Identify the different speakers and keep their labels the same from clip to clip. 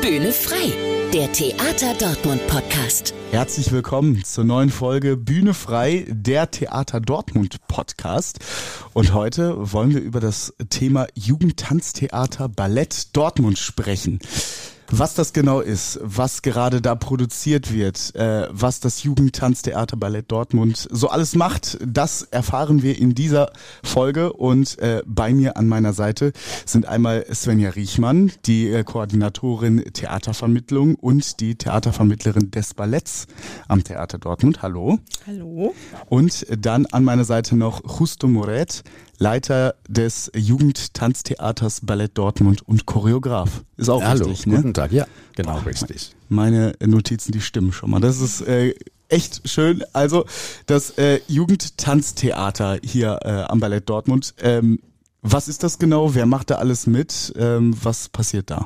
Speaker 1: Bühne frei, der Theater Dortmund Podcast.
Speaker 2: Herzlich willkommen zur neuen Folge Bühne frei, der Theater Dortmund Podcast. Und heute wollen wir über das Thema Jugendtanztheater Ballett Dortmund sprechen. Was das genau ist, was gerade da produziert wird, was das Jugendtanztheater Ballett Dortmund so alles macht, das erfahren wir in dieser Folge. Und bei mir an meiner Seite sind einmal Svenja Riechmann, die Koordinatorin Theatervermittlung und die Theatervermittlerin des Balletts am Theater Dortmund. Hallo.
Speaker 3: Hallo.
Speaker 2: Und dann an meiner Seite noch Justo Moret, Leiter des Jugendtanztheaters Ballett Dortmund und Choreograf. Ist auch
Speaker 4: Hallo,
Speaker 2: richtig, ne?
Speaker 4: Guten Tag, ja, genau richtig.
Speaker 2: Meine Notizen, die stimmen schon mal. Das ist echt schön. Also das Jugendtanztheater hier am Ballett Dortmund. Was ist das genau? Wer macht da alles mit? Was passiert da?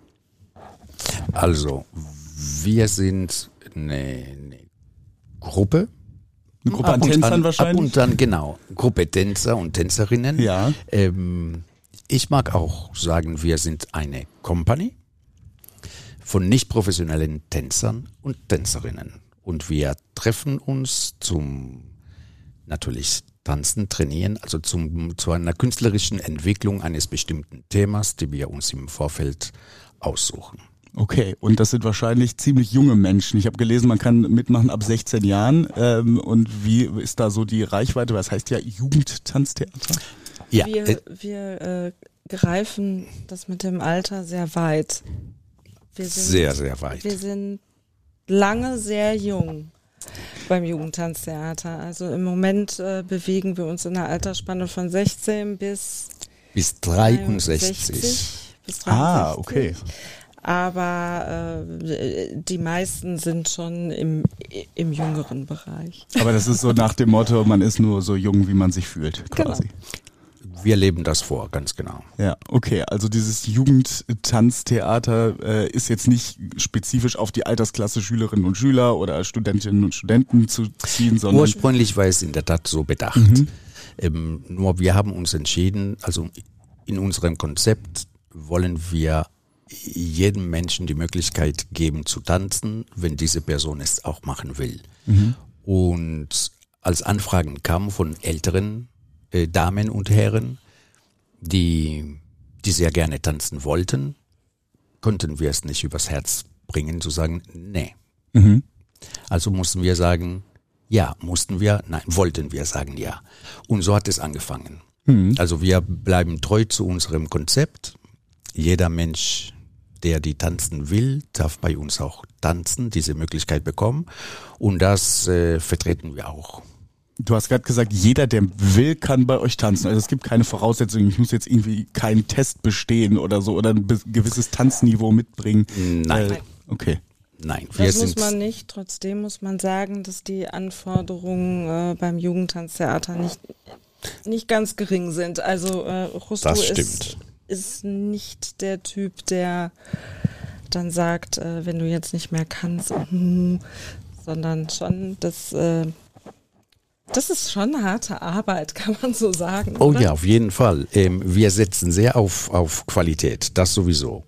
Speaker 4: Also, wir sind eine Gruppe.
Speaker 2: Eine Gruppe an Tänzern wahrscheinlich?
Speaker 4: Ab und an, genau. Gruppe Tänzer und Tänzerinnen.
Speaker 2: Ja.
Speaker 4: Ich mag auch sagen, wir sind eine Company von nicht professionellen Tänzern und Tänzerinnen. Und wir treffen uns zum natürlich Tanzen, Trainieren, also zu einer künstlerischen Entwicklung eines bestimmten Themas, die wir uns im Vorfeld aussuchen.
Speaker 2: Okay, und das sind wahrscheinlich ziemlich junge Menschen. Ich habe gelesen, man kann mitmachen ab 16 Jahren. Und wie ist da so die Reichweite? Was heißt ja Jugendtanztheater?
Speaker 4: Ja,
Speaker 3: Wir greifen das mit dem Alter sehr weit.
Speaker 4: Sehr, sehr weit.
Speaker 3: Wir sind lange sehr jung beim Jugendtanztheater. Also im Moment bewegen wir uns in einer Altersspanne von 16 bis
Speaker 4: 63.
Speaker 3: Bis 63.
Speaker 2: Ah, okay.
Speaker 3: Aber die meisten sind schon im jüngeren Bereich.
Speaker 2: Aber das ist so nach dem Motto, man ist nur so jung, wie man sich fühlt, quasi.
Speaker 3: Genau.
Speaker 4: Wir leben das vor, ganz genau.
Speaker 2: Ja, okay. Also dieses Jugendtanztheater ist jetzt nicht spezifisch auf die Altersklasse Schülerinnen und Schüler oder Studentinnen und Studenten zu ziehen, sondern...
Speaker 4: Ursprünglich war es in der Tat so bedacht. Nur wir haben uns entschieden, also in unserem Konzept wollen wir jedem Menschen die Möglichkeit geben zu tanzen, wenn diese Person es auch machen will. Und als Anfragen kamen von älteren Damen und Herren, die sehr gerne tanzen wollten, konnten wir es nicht übers Herz bringen zu sagen, nee. Also mussten wir sagen, ja, wollten wir sagen ja. Und so hat es angefangen. Also wir bleiben treu zu unserem Konzept. Jeder Mensch, der die tanzen will, darf bei uns auch tanzen, diese Möglichkeit bekommen. Und das vertreten wir auch.
Speaker 2: Du hast gerade gesagt, jeder, der will, kann bei euch tanzen. Also es gibt keine Voraussetzungen, ich muss jetzt irgendwie keinen Test bestehen oder so oder ein gewisses Tanzniveau mitbringen.
Speaker 4: Nein.
Speaker 2: Okay.
Speaker 4: Nein,
Speaker 3: Das muss man nicht. Trotzdem muss man sagen, dass die Anforderungen beim Jugendtanztheater nicht ganz gering sind. Also Justo ist nicht der Typ, der dann sagt, wenn du jetzt nicht mehr kannst, sondern schon das ist schon harte Arbeit, kann man so sagen.
Speaker 4: Oh
Speaker 3: oder?
Speaker 4: ja, auf jeden Fall. Wir setzen sehr auf Qualität, das sowieso.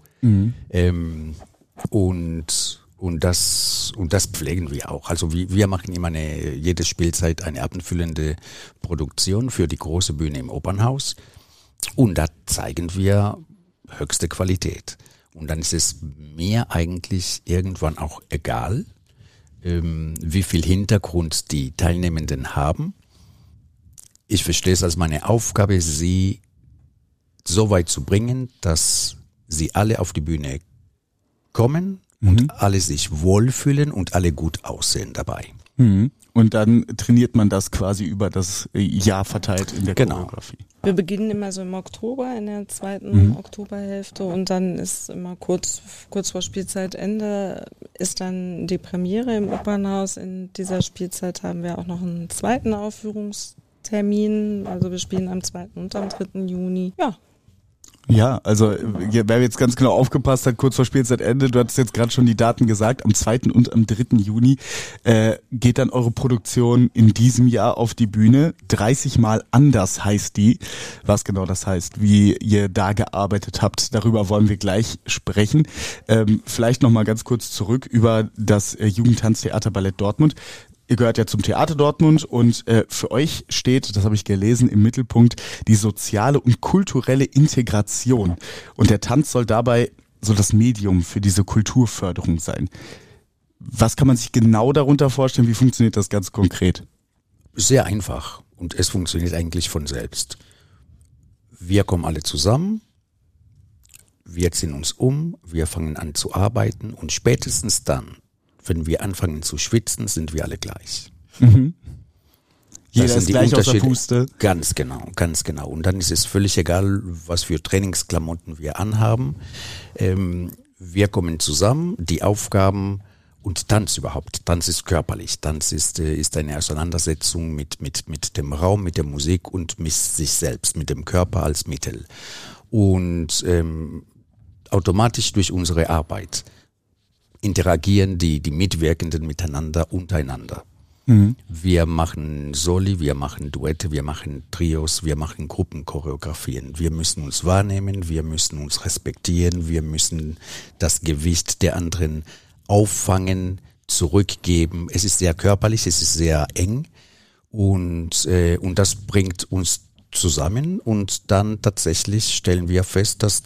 Speaker 4: Und das pflegen wir auch. Also wir machen immer jede Spielzeit eine abendfüllende Produktion für die große Bühne im Opernhaus. Und da zeigen wir höchste Qualität. Und dann ist es mir eigentlich irgendwann auch egal, wie viel Hintergrund die Teilnehmenden haben. Ich verstehe es als meine Aufgabe, sie so weit zu bringen, dass sie alle auf die Bühne kommen und alle sich wohlfühlen und alle gut aussehen dabei.
Speaker 2: Und dann trainiert man das quasi über das Jahr verteilt in der Choreografie.
Speaker 3: Wir beginnen immer so im Oktober, in der zweiten Oktoberhälfte und dann ist immer kurz vor Spielzeitende ist dann die Premiere im Opernhaus. In dieser Spielzeit haben wir auch noch einen zweiten Aufführungstermin, also wir spielen am 2. und am 3. Juni. Ja.
Speaker 2: Ja, also wer jetzt ganz genau aufgepasst hat, kurz vor Spielzeitende, du hattest jetzt gerade schon die Daten gesagt, am 2. und am 3. Juni geht dann eure Produktion in diesem Jahr auf die Bühne. 30 Mal anders heißt die. Was genau das heißt, wie ihr da gearbeitet habt, darüber wollen wir gleich sprechen. Vielleicht nochmal ganz kurz zurück über das Jugendtanztheater Ballett Dortmund. Ihr gehört ja zum Theater Dortmund und für euch steht, das habe ich gelesen, im Mittelpunkt die soziale und kulturelle Integration. Und der Tanz soll dabei so das Medium für diese Kulturförderung sein. Was kann man sich genau darunter vorstellen? Wie funktioniert das ganz konkret?
Speaker 4: Sehr einfach und es funktioniert eigentlich von selbst. Wir kommen alle zusammen, wir ziehen uns um, wir fangen an zu arbeiten und spätestens dann, wenn wir anfangen zu schwitzen, sind wir alle gleich.
Speaker 2: Mhm. Jeder ist gleich aus der Puste.
Speaker 4: Ganz genau, ganz genau. Und dann ist es völlig egal, was für Trainingsklamotten wir anhaben. Wir kommen zusammen, die Aufgaben und Tanz überhaupt. Tanz ist körperlich. Tanz ist eine Auseinandersetzung mit dem Raum, mit der Musik und mit sich selbst, mit dem Körper als Mittel. Und automatisch durch unsere Arbeit interagieren die Mitwirkenden miteinander, untereinander. Mhm. Wir machen Soli, wir machen Duette, wir machen Trios, wir machen Gruppenchoreografien. Wir müssen uns wahrnehmen, wir müssen uns respektieren, wir müssen das Gewicht der anderen auffangen, zurückgeben. Es ist sehr körperlich, es ist sehr eng und das bringt uns zusammen und dann tatsächlich stellen wir fest, dass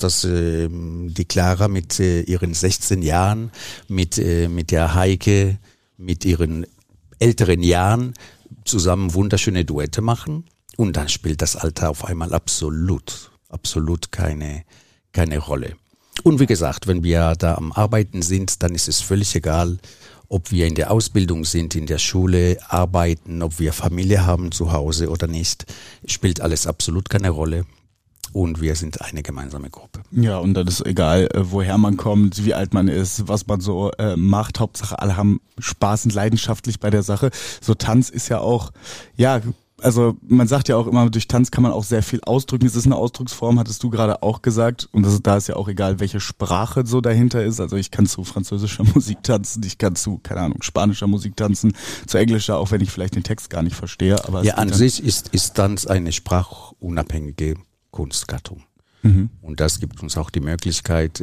Speaker 4: die Clara mit ihren 16 Jahren, mit der Heike, mit ihren älteren Jahren zusammen wunderschöne Duette machen und dann spielt das Alter auf einmal absolut keine Rolle. Und wie gesagt, wenn wir da am Arbeiten sind, dann ist es völlig egal, ob wir in der Ausbildung sind, in der Schule arbeiten, ob wir Familie haben zu Hause oder nicht, spielt alles absolut keine Rolle. Und wir sind eine gemeinsame Gruppe.
Speaker 2: Ja, und dann ist egal, woher man kommt, wie alt man ist, was man so macht. Hauptsache, alle haben Spaß und leidenschaftlich bei der Sache. So Tanz ist ja auch, ja, also man sagt ja auch immer, durch Tanz kann man auch sehr viel ausdrücken. Es ist eine Ausdrucksform, hattest du gerade auch gesagt. Und da ist ja auch egal, welche Sprache so dahinter ist. Also ich kann zu französischer Musik tanzen, ich kann zu, keine Ahnung, spanischer Musik tanzen, zu englischer, auch wenn ich vielleicht den Text gar nicht verstehe. Aber
Speaker 4: ja, an sich ist Tanz eine sprachunabhängige Kunstgattung. Mhm. Und das gibt uns auch die Möglichkeit,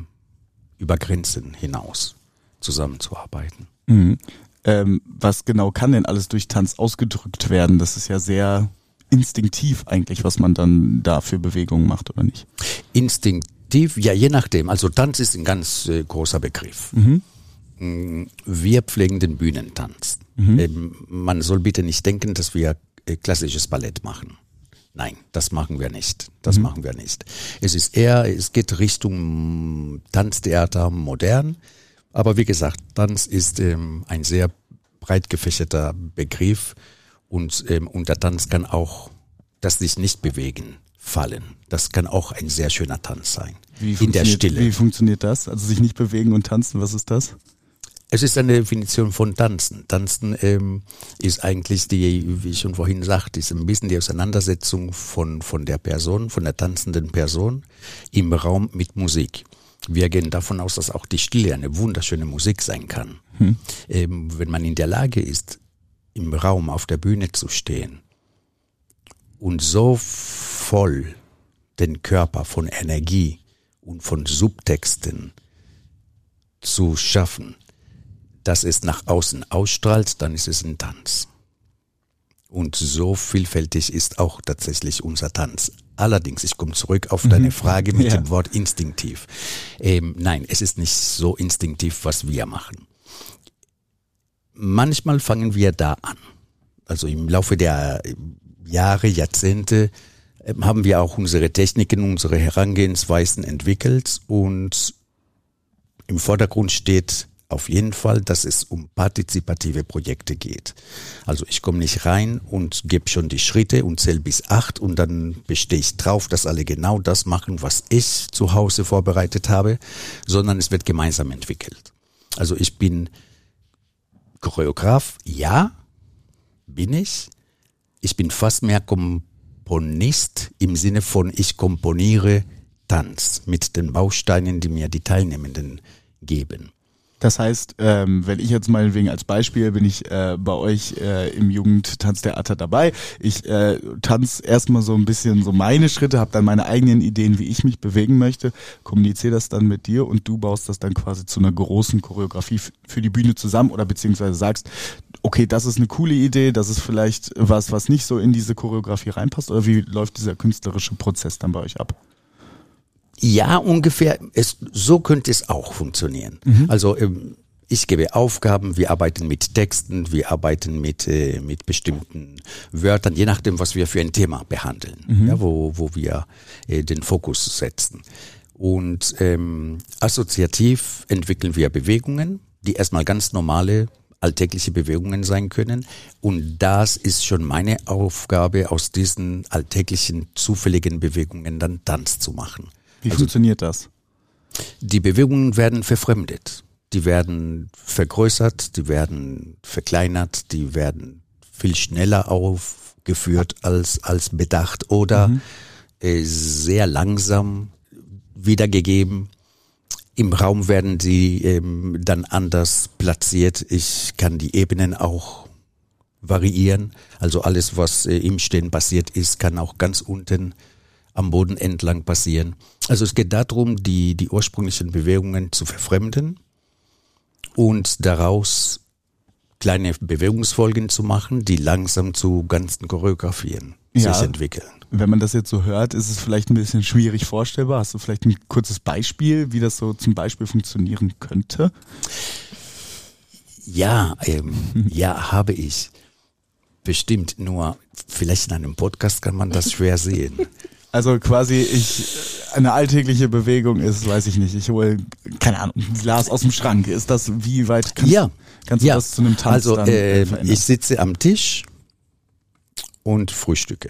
Speaker 4: über Grenzen hinaus zusammenzuarbeiten.
Speaker 2: Mhm. Was genau kann denn alles durch Tanz ausgedrückt werden? Das ist ja sehr instinktiv eigentlich, was man dann da für Bewegungen macht, oder nicht?
Speaker 4: Instinktiv, ja, je nachdem. Also Tanz ist ein ganz großer Begriff. Mhm. Wir pflegen den Bühnentanz. Mhm. Man soll bitte nicht denken, dass wir klassisches Ballett machen. Nein, das machen wir nicht. Das machen wir nicht. Es geht Richtung Tanztheater modern. Aber wie gesagt, Tanz ist ein sehr breit gefächerter Begriff und unter Tanz kann auch das sich nicht bewegen fallen. Das kann auch ein sehr schöner Tanz sein. In der Stille.
Speaker 2: Wie funktioniert das? Also sich nicht bewegen und tanzen, was ist das?
Speaker 4: Es ist eine Definition von Tanzen. Tanzen ist eigentlich wie ich schon vorhin sagte, ist ein bisschen die Auseinandersetzung von der Person, von der tanzenden Person im Raum mit Musik. Wir gehen davon aus, dass auch die Stille eine wunderschöne Musik sein kann. Wenn man in der Lage ist, im Raum auf der Bühne zu stehen und so voll den Körper von Energie und von Subtexten zu schaffen, dass es nach außen ausstrahlt, dann ist es ein Tanz. Und so vielfältig ist auch tatsächlich unser Tanz. Allerdings, ich komme zurück auf deine Frage mit dem Wort instinktiv. Nein, es ist nicht so instinktiv, was wir machen. Manchmal fangen wir da an. Also im Laufe der Jahre, Jahrzehnte haben wir auch unsere Techniken, unsere Herangehensweisen entwickelt und im Vordergrund steht auf jeden Fall, dass es um partizipative Projekte geht. Also ich komme nicht rein und gebe schon die Schritte und zähle bis 8 und dann bestehe ich drauf, dass alle genau das machen, was ich zu Hause vorbereitet habe, sondern es wird gemeinsam entwickelt. Also ich bin Choreograf, ja, bin ich. Ich bin fast mehr Komponist im Sinne von ich komponiere Tanz mit den Bausteinen, die mir die Teilnehmenden geben.
Speaker 2: Das heißt, wenn ich jetzt meinetwegen als Beispiel bin ich bei euch im Jugendtanztheater dabei. Ich tanze erstmal so ein bisschen so meine Schritte, habe dann meine eigenen Ideen, wie ich mich bewegen möchte, kommuniziere das dann mit dir und du baust das dann quasi zu einer großen Choreografie für die Bühne zusammen oder beziehungsweise sagst, okay, das ist eine coole Idee, das ist vielleicht was nicht so in diese Choreografie reinpasst, oder wie läuft dieser künstlerische Prozess dann bei euch ab?
Speaker 4: Ja, ungefähr. So könnte es auch funktionieren. Also ich gebe Aufgaben, wir arbeiten mit Texten, wir arbeiten mit bestimmten Wörtern, je nachdem, was wir für ein Thema behandeln, ja, wo wir den Fokus setzen. Und assoziativ entwickeln wir Bewegungen, die erstmal ganz normale alltägliche Bewegungen sein können. Und das ist schon meine Aufgabe, aus diesen alltäglichen, zufälligen Bewegungen dann Tanz zu machen.
Speaker 2: Wie funktioniert das?
Speaker 4: Die Bewegungen werden verfremdet, die werden vergrößert, die werden verkleinert, die werden viel schneller aufgeführt als bedacht oder sehr langsam wiedergegeben. Im Raum werden sie dann anders platziert. Ich kann die Ebenen auch variieren. Also alles, was im Stehen passiert ist, kann auch ganz unten am Boden entlang passieren. Also es geht darum, die ursprünglichen Bewegungen zu verfremden und daraus kleine Bewegungsfolgen zu machen, die langsam zu ganzen Choreografien sich entwickeln.
Speaker 2: Wenn man das jetzt so hört, ist es vielleicht ein bisschen schwierig vorstellbar. Hast du vielleicht ein kurzes Beispiel, wie das so zum Beispiel funktionieren könnte?
Speaker 4: Ja, habe ich. Bestimmt, nur vielleicht in einem Podcast kann man das schwer sehen.
Speaker 2: Also quasi eine alltägliche Bewegung ist, weiß ich nicht, ich hole, keine Ahnung, ein Glas aus dem Schrank. Ist das, wie weit kannst du das zu einem Tanz dann verändern?
Speaker 4: Ich sitze am Tisch und frühstücke.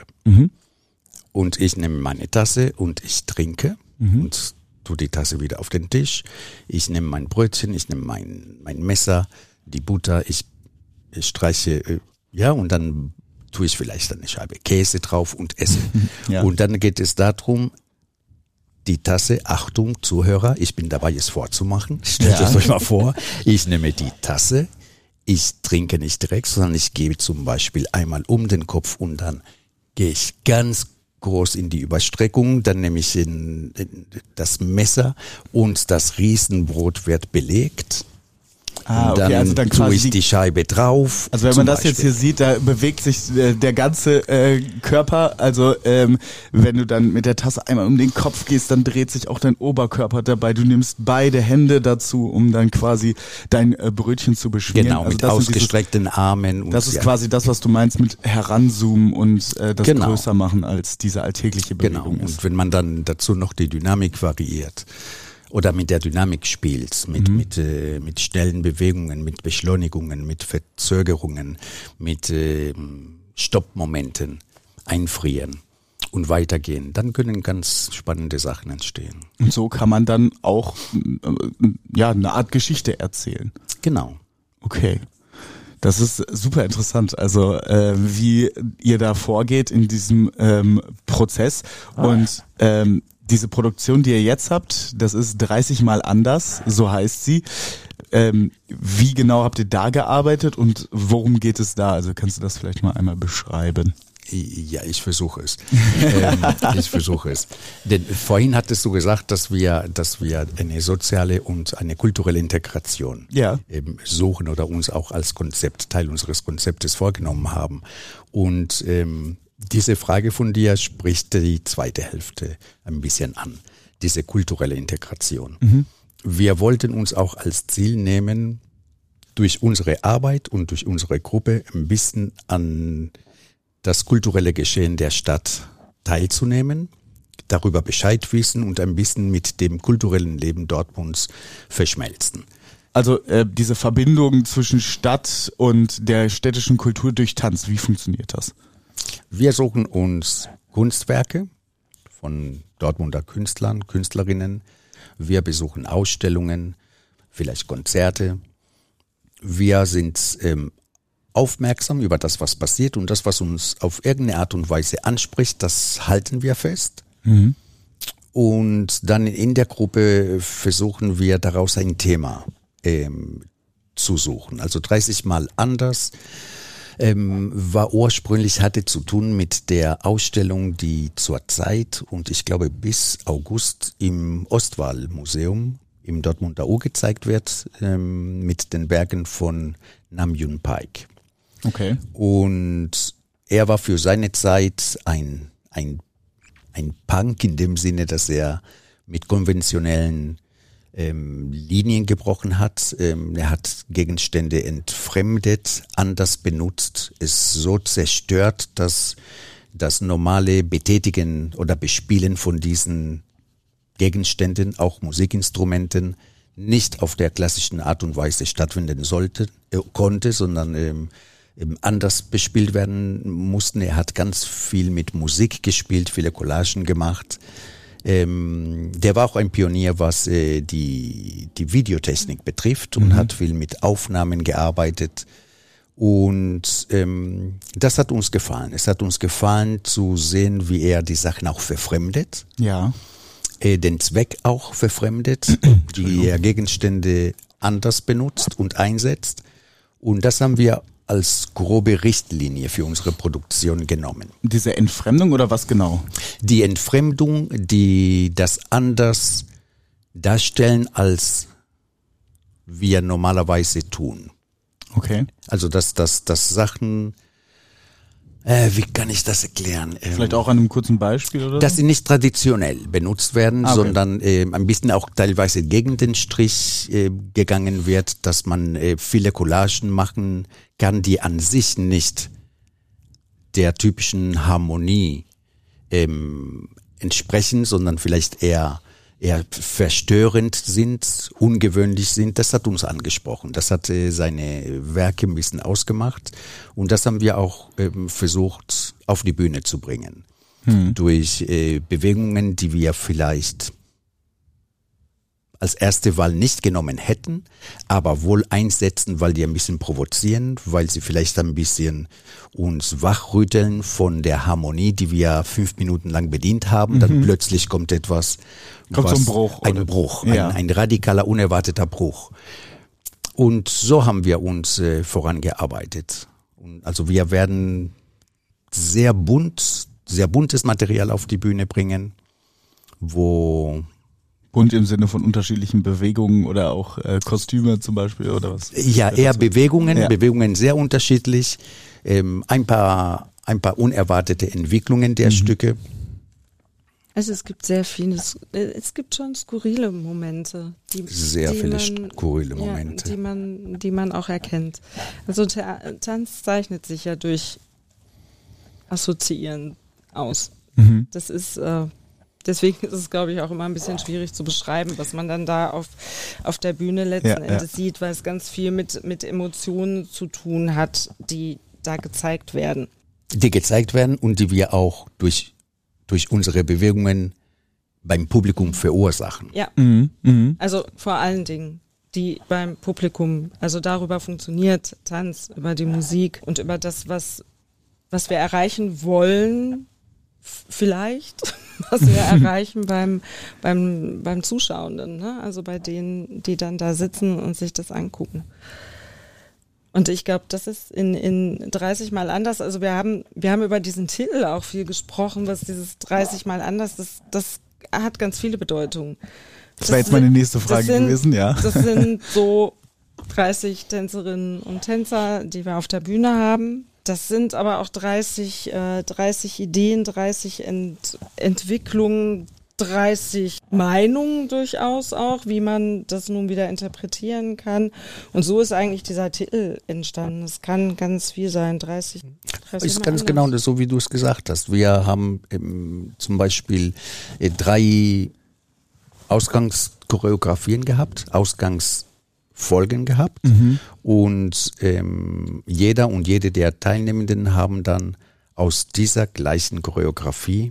Speaker 4: Und ich nehme meine Tasse und ich trinke und tue die Tasse wieder auf den Tisch. Ich nehme mein Brötchen, ich nehme mein Messer, die Butter, ich streiche, und dann tue ich vielleicht eine Scheibe Käse drauf und esse. Ja. Und dann geht es darum, die Tasse, Achtung, Zuhörer, ich bin dabei, es vorzumachen. Stellt es euch mal vor. Ich nehme die Tasse, ich trinke nicht direkt, sondern ich gebe zum Beispiel einmal um den Kopf und dann gehe ich ganz groß in die Überstreckung, dann nehme ich das Messer und das Riesenbrot wird belegt. Und dann, also dann tue ich die Scheibe drauf.
Speaker 2: Also wenn man das jetzt hier sieht, da bewegt sich der ganze Körper. Also wenn du dann mit der Tasse einmal um den Kopf gehst, dann dreht sich auch dein Oberkörper dabei. Du nimmst beide Hände dazu, um dann quasi dein Brötchen zu beschmieren.
Speaker 4: Genau, also mit ausgestreckten Armen.
Speaker 2: Und das ist quasi das, was du meinst mit heranzoomen und das größer machen als diese alltägliche Bewegung ist.
Speaker 4: Und wenn man dann dazu noch die Dynamik variiert, oder mit der Dynamik spielt, mit schnellen Bewegungen, mit Beschleunigungen, mit Verzögerungen, mit Stoppmomenten, einfrieren und weitergehen, dann können ganz spannende Sachen entstehen.
Speaker 2: Und so kann man dann auch eine Art Geschichte erzählen.
Speaker 4: Genau.
Speaker 2: Okay. Das ist super interessant, also wie ihr da vorgeht in diesem Prozess und diese Produktion, die ihr jetzt habt, das ist 30 Mal anders, so heißt sie. Wie genau habt ihr da gearbeitet und worum geht es da? Also kannst du das vielleicht mal einmal beschreiben?
Speaker 4: Ja, ich versuche es. Denn vorhin hattest du gesagt, dass wir eine soziale und eine kulturelle Integration eben suchen oder uns auch als Konzept, Teil unseres Konzeptes vorgenommen haben. Und diese Frage von dir spricht die zweite Hälfte ein bisschen an, diese kulturelle Integration. Wir wollten uns auch als Ziel nehmen, durch unsere Arbeit und durch unsere Gruppe ein bisschen an das kulturelle Geschehen der Stadt teilzunehmen, darüber Bescheid wissen und ein bisschen mit dem kulturellen Leben Dortmunds verschmelzen.
Speaker 2: Also diese Verbindung zwischen Stadt und der städtischen Kultur durch Tanz, wie funktioniert das?
Speaker 4: Wir suchen uns Kunstwerke von Dortmunder Künstlern, Künstlerinnen. Wir besuchen Ausstellungen, vielleicht Konzerte. Wir sind aufmerksam über das, was passiert und das, was uns auf irgendeine Art und Weise anspricht, das halten wir fest. Und dann in der Gruppe versuchen wir daraus ein Thema zu suchen. Also 30 Mal anders war ursprünglich, hatte zu tun mit der Ausstellung, die zurzeit und ich glaube bis August im Ostwall-Museum im Dortmunder U gezeigt wird, mit den Werken von Nam June Paik.
Speaker 2: Okay.
Speaker 4: Und er war für seine Zeit ein Punk in dem Sinne, dass er mit konventionellen Linien gebrochen hat. Er hat Gegenstände entfremdet, anders benutzt, es so zerstört, dass das normale Betätigen oder Bespielen von diesen Gegenständen, auch Musikinstrumenten, nicht auf der klassischen Art und Weise stattfinden konnte, sondern anders bespielt werden mussten. Er hat ganz viel mit Musik gespielt, viele Collagen gemacht. Der war auch ein Pionier, was die Videotechnik betrifft und hat viel mit Aufnahmen gearbeitet. Und das hat uns gefallen. Es hat uns gefallen zu sehen, wie er die Sachen auch verfremdet.
Speaker 2: Ja.
Speaker 4: Den Zweck auch verfremdet, die Gegenstände anders benutzt und einsetzt. Und das haben wir als grobe Richtlinie für unsere Produktion genommen.
Speaker 2: Diese Entfremdung oder was genau?
Speaker 4: Die Entfremdung, die das anders darstellen, als wir normalerweise tun.
Speaker 2: Okay.
Speaker 4: Also dass Sachen, wie kann ich das erklären?
Speaker 2: Vielleicht auch an einem kurzen Beispiel oder
Speaker 4: dass
Speaker 2: so?
Speaker 4: sie nicht traditionell benutzt werden,
Speaker 2: Okay.
Speaker 4: sondern ein bisschen auch teilweise gegen den Strich gegangen wird, dass man viele Collagen machen kann, die an sich nicht der typischen Harmonie entsprechen, sondern vielleicht eher verstörend sind, ungewöhnlich sind. Das hat uns angesprochen. Das hat seine Werke ein bisschen ausgemacht. Und das haben wir auch versucht auf die Bühne zu bringen. Durch Bewegungen, die wir vielleicht als erste Wahl nicht genommen hätten, aber wohl einsetzen, weil die ein bisschen provozieren, weil sie vielleicht ein bisschen uns wachrütteln von der Harmonie, die wir 5 Minuten lang bedient haben. Dann plötzlich kommt etwas,
Speaker 2: Kommt so ein Bruch.
Speaker 4: Ein Bruch,
Speaker 2: Ja.
Speaker 4: ein radikaler, unerwarteter Bruch. Und so haben wir uns vorangearbeitet. Und also wir werden sehr buntes Material auf die Bühne bringen, wo
Speaker 2: Bunt im Sinne von unterschiedlichen Bewegungen oder auch Kostüme zum Beispiel oder was?
Speaker 4: ja, eher Bewegungen,
Speaker 2: Ja.
Speaker 4: Bewegungen sehr unterschiedlich, ein paar unerwartete Entwicklungen der Stücke.
Speaker 3: Also es gibt sehr vieles, es gibt schon skurrile Momente.
Speaker 4: Sehr viele skurrile Momente.
Speaker 3: Ja, die man auch erkennt. Also Tanz zeichnet sich ja durch Assoziieren aus. Das ist, deswegen ist es, glaube ich, auch immer ein bisschen schwierig zu beschreiben, was man dann da auf der Bühne letzten Endes sieht, weil es ganz viel mit Emotionen zu tun hat, die da gezeigt werden.
Speaker 4: Die gezeigt werden und die wir auch durch unsere Bewegungen beim Publikum verursachen.
Speaker 3: Ja, also vor allen Dingen die beim Publikum, also darüber funktioniert Tanz, über die Musik und über das, was wir erreichen wollen, vielleicht, was wir erreichen beim Zuschauenden, ne? Also bei denen, die dann da sitzen und sich das angucken. Und ich glaube, das ist in 30 Mal anders. Also wir haben über diesen Titel auch viel gesprochen, was dieses 30 Mal anders, das hat ganz viele Bedeutungen.
Speaker 2: Das wäre jetzt meine nächste Frage gewesen, ja.
Speaker 3: Das sind so 30 Tänzerinnen und Tänzer, die wir auf der Bühne haben. Das sind aber auch 30 Ideen, 30 Entwicklungen, 30 Meinungen durchaus auch, wie man das nun wieder interpretieren kann. Und so ist eigentlich dieser Titel entstanden. Es kann ganz viel sein, 30
Speaker 4: Ist ganz genau das, so wie du es gesagt hast. Wir haben zum Beispiel 3 Ausgangschoreografien gehabt, Ausgangsfolgen gehabt. Und jeder und jede der Teilnehmenden haben dann aus dieser gleichen Choreografie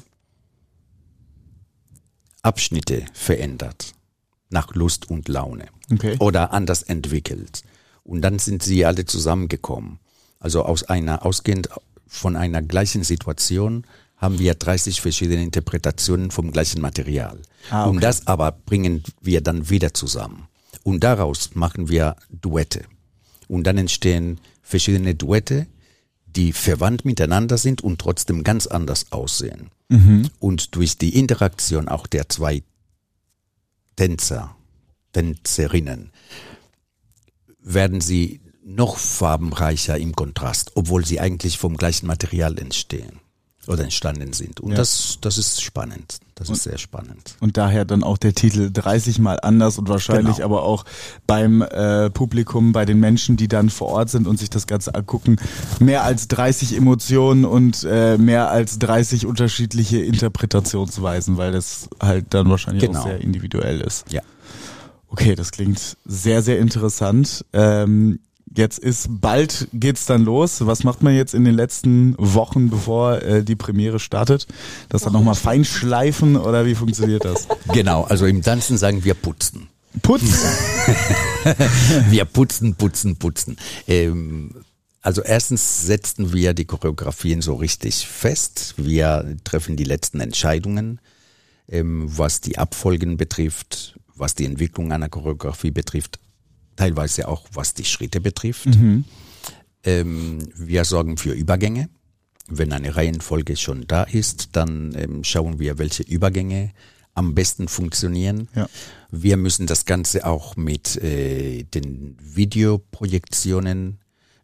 Speaker 4: Abschnitte verändert, nach Lust und Laune.
Speaker 2: Okay.
Speaker 4: Oder anders entwickelt. Und dann sind sie alle zusammengekommen. Also ausgehend von einer gleichen Situation haben wir 30 verschiedene Interpretationen vom gleichen Material.
Speaker 2: Okay.
Speaker 4: Und das aber bringen wir dann wieder zusammen. Und daraus machen wir Duette. Und dann entstehen verschiedene Duette, die verwandt miteinander sind und trotzdem ganz anders aussehen. Und durch die Interaktion auch der zwei Tänzerinnen werden sie noch farbenreicher im Kontrast, obwohl sie eigentlich vom gleichen Material entstanden sind. Und das ist spannend. Das ist sehr spannend.
Speaker 2: Und daher dann auch der Titel 30 Mal anders und wahrscheinlich aber auch beim Publikum, bei den Menschen, die dann vor Ort sind und sich das Ganze angucken, mehr als 30 Emotionen und mehr als 30 unterschiedliche Interpretationsweisen, weil das halt dann wahrscheinlich auch sehr individuell ist.
Speaker 4: Ja.
Speaker 2: Okay, das klingt sehr, sehr interessant. Jetzt bald geht's dann los. Was macht man jetzt in den letzten Wochen, bevor die Premiere startet? Das dann nochmal feinschleifen oder wie funktioniert das?
Speaker 4: Genau, also im Tanzen sagen wir putzen.
Speaker 2: Putzen?
Speaker 4: Wir putzen. Also erstens setzen wir die Choreografien so richtig fest. Wir treffen die letzten Entscheidungen, was die Abfolgen betrifft, was die Entwicklung einer Choreografie betrifft. Teilweise auch, was die Schritte betrifft. Wir sorgen für Übergänge. Wenn eine Reihenfolge schon da ist, dann schauen wir, welche Übergänge am besten funktionieren. Ja. Wir müssen das Ganze auch mit den Videoprojektionen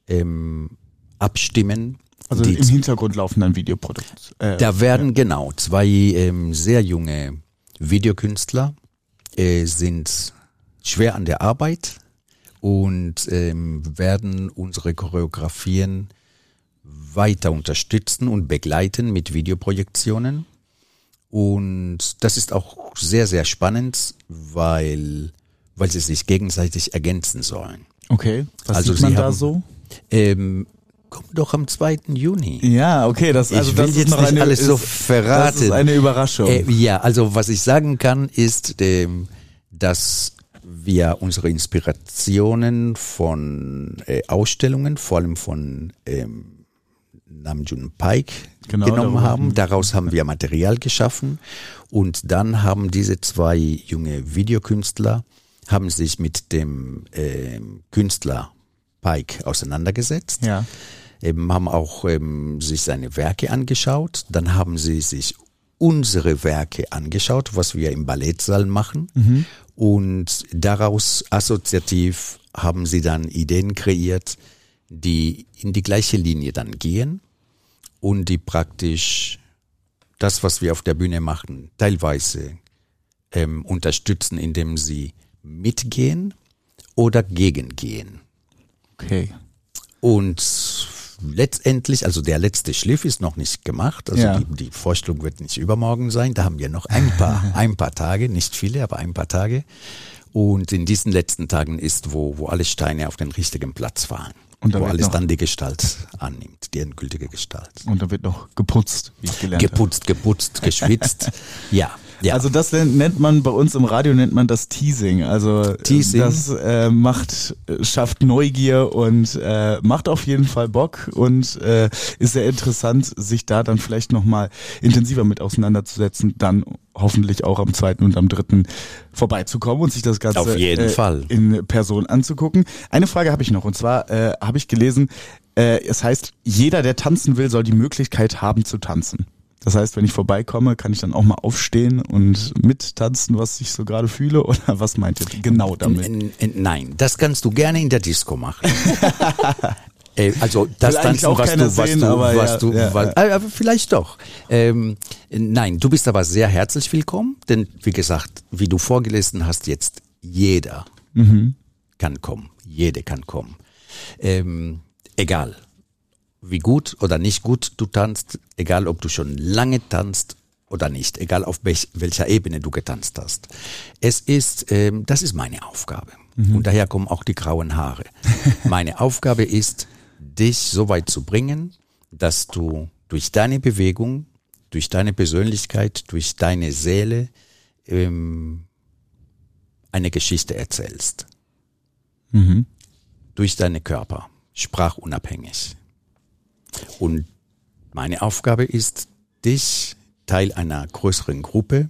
Speaker 4: abstimmen.
Speaker 2: Also im Hintergrund laufen dann Videoprodukte.
Speaker 4: Da werden zwei sehr junge Videokünstler sind schwer an der Arbeit und werden unsere Choreografien weiter unterstützen und begleiten mit Videoprojektionen. Und das ist auch sehr, sehr spannend, weil sie sich gegenseitig ergänzen sollen.
Speaker 2: Okay, was sieht man da so?
Speaker 4: Kommt doch am 2. Juni.
Speaker 2: Ja, okay, das
Speaker 4: ist jetzt nicht alles so verraten.
Speaker 2: Das ist eine Überraschung.
Speaker 4: Ja, also was ich sagen kann, ist, dass wir unsere Inspirationen von Ausstellungen, vor allem von Namjoon Paik genommen haben. Daraus haben wir Material geschaffen und dann haben diese zwei junge Videokünstler haben sich mit dem Künstler Paik auseinandergesetzt. Ja. Haben auch sich seine Werke angeschaut. Dann haben sie sich unsere Werke angeschaut, was wir im Ballettsaal machen. Und daraus assoziativ haben sie dann Ideen kreiert, die in die gleiche Linie dann gehen und die praktisch das, was wir auf der Bühne machen, teilweise unterstützen, indem sie mitgehen oder gegengehen.
Speaker 2: Okay.
Speaker 4: Und letztendlich, also der letzte Schliff ist noch nicht gemacht, also die Vorstellung wird nicht übermorgen sein, da haben wir noch ein paar Tage, nicht viele, aber ein paar Tage. Und in diesen letzten Tagen ist, wo alle Steine auf den richtigen Platz fallen. Und wo alles dann die Gestalt annimmt, die endgültige Gestalt.
Speaker 2: Und da wird noch geputzt, wie ich gelernt habe.
Speaker 4: Geputzt, geschwitzt, ja. Ja.
Speaker 2: Also das nennt man bei uns im Radio das Teasing. Also Teasing. Das schafft Neugier und macht auf jeden Fall Bock und ist sehr interessant, sich da dann vielleicht nochmal intensiver mit auseinanderzusetzen, dann hoffentlich auch am 2. und am 3. vorbeizukommen und sich das Ganze
Speaker 4: auf jeden Fall
Speaker 2: in Person anzugucken. Eine Frage habe ich noch und zwar habe ich gelesen, es heißt, jeder, der tanzen will, soll die Möglichkeit haben zu tanzen. Das heißt, wenn ich vorbeikomme, kann ich dann auch mal aufstehen und mittanzen, was ich so gerade fühle? Oder was meint ihr genau damit?
Speaker 4: Nein, das kannst du gerne in der Disco machen. Also das Tanzen, aber vielleicht doch. Nein, du bist aber sehr herzlich willkommen, denn wie gesagt, wie du vorgelesen hast, jetzt jeder kann kommen. Jede kann kommen. Egal. Wie gut oder nicht gut du tanzt, egal ob du schon lange tanzt oder nicht, egal auf welcher Ebene du getanzt hast. Das ist meine Aufgabe. Und daher kommen auch die grauen Haare. Meine Aufgabe ist, dich so weit zu bringen, dass du durch deine Bewegung, durch deine Persönlichkeit, durch deine Seele eine Geschichte erzählst. Durch deinen Körper, sprachunabhängig. Und meine Aufgabe ist, dich Teil einer größeren Gruppe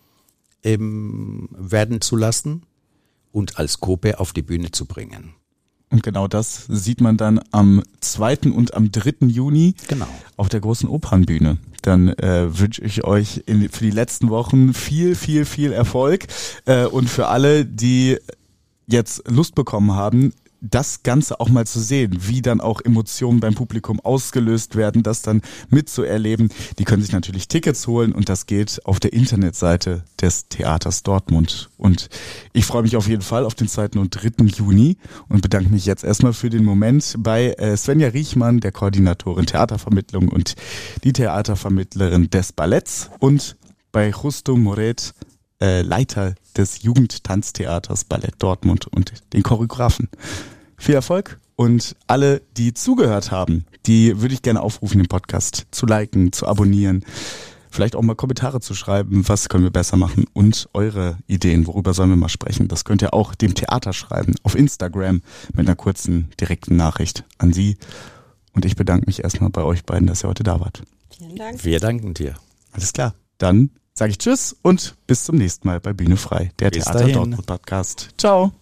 Speaker 4: werden zu lassen und als Gruppe auf die Bühne zu bringen.
Speaker 2: Und genau das sieht man dann am 2. und am 3. Juni auf der großen Opernbühne. Dann wünsche ich euch für die letzten Wochen viel, viel, viel Erfolg. Und für alle, die jetzt Lust bekommen haben, das Ganze auch mal zu sehen, wie dann auch Emotionen beim Publikum ausgelöst werden, das dann mitzuerleben. Die können sich natürlich Tickets holen und das geht auf der Internetseite des Theaters Dortmund. Und ich freue mich auf jeden Fall auf den 2. und 3. Juni und bedanke mich jetzt erstmal für den Moment bei Svenja Riechmann, der Koordinatorin Theatervermittlung und die Theatervermittlerin des Balletts, und bei Justo Moret, Leiter des Jugendtanztheaters Ballett Dortmund und den Choreografen. Viel Erfolg, und alle, die zugehört haben, die würde ich gerne aufrufen, den Podcast zu liken, zu abonnieren, vielleicht auch mal Kommentare zu schreiben, was können wir besser machen, und eure Ideen, worüber sollen wir mal sprechen. Das könnt ihr auch dem Theater schreiben, auf Instagram mit einer kurzen, direkten Nachricht an Sie. Und ich bedanke mich erstmal bei euch beiden, dass ihr heute da wart.
Speaker 3: Vielen Dank.
Speaker 4: Wir danken dir.
Speaker 2: Alles klar, dann sage ich Tschüss und bis zum nächsten Mal bei Bühne frei, der
Speaker 4: Bis
Speaker 2: Theater
Speaker 4: dahin.
Speaker 2: Dortmund Podcast. Ciao.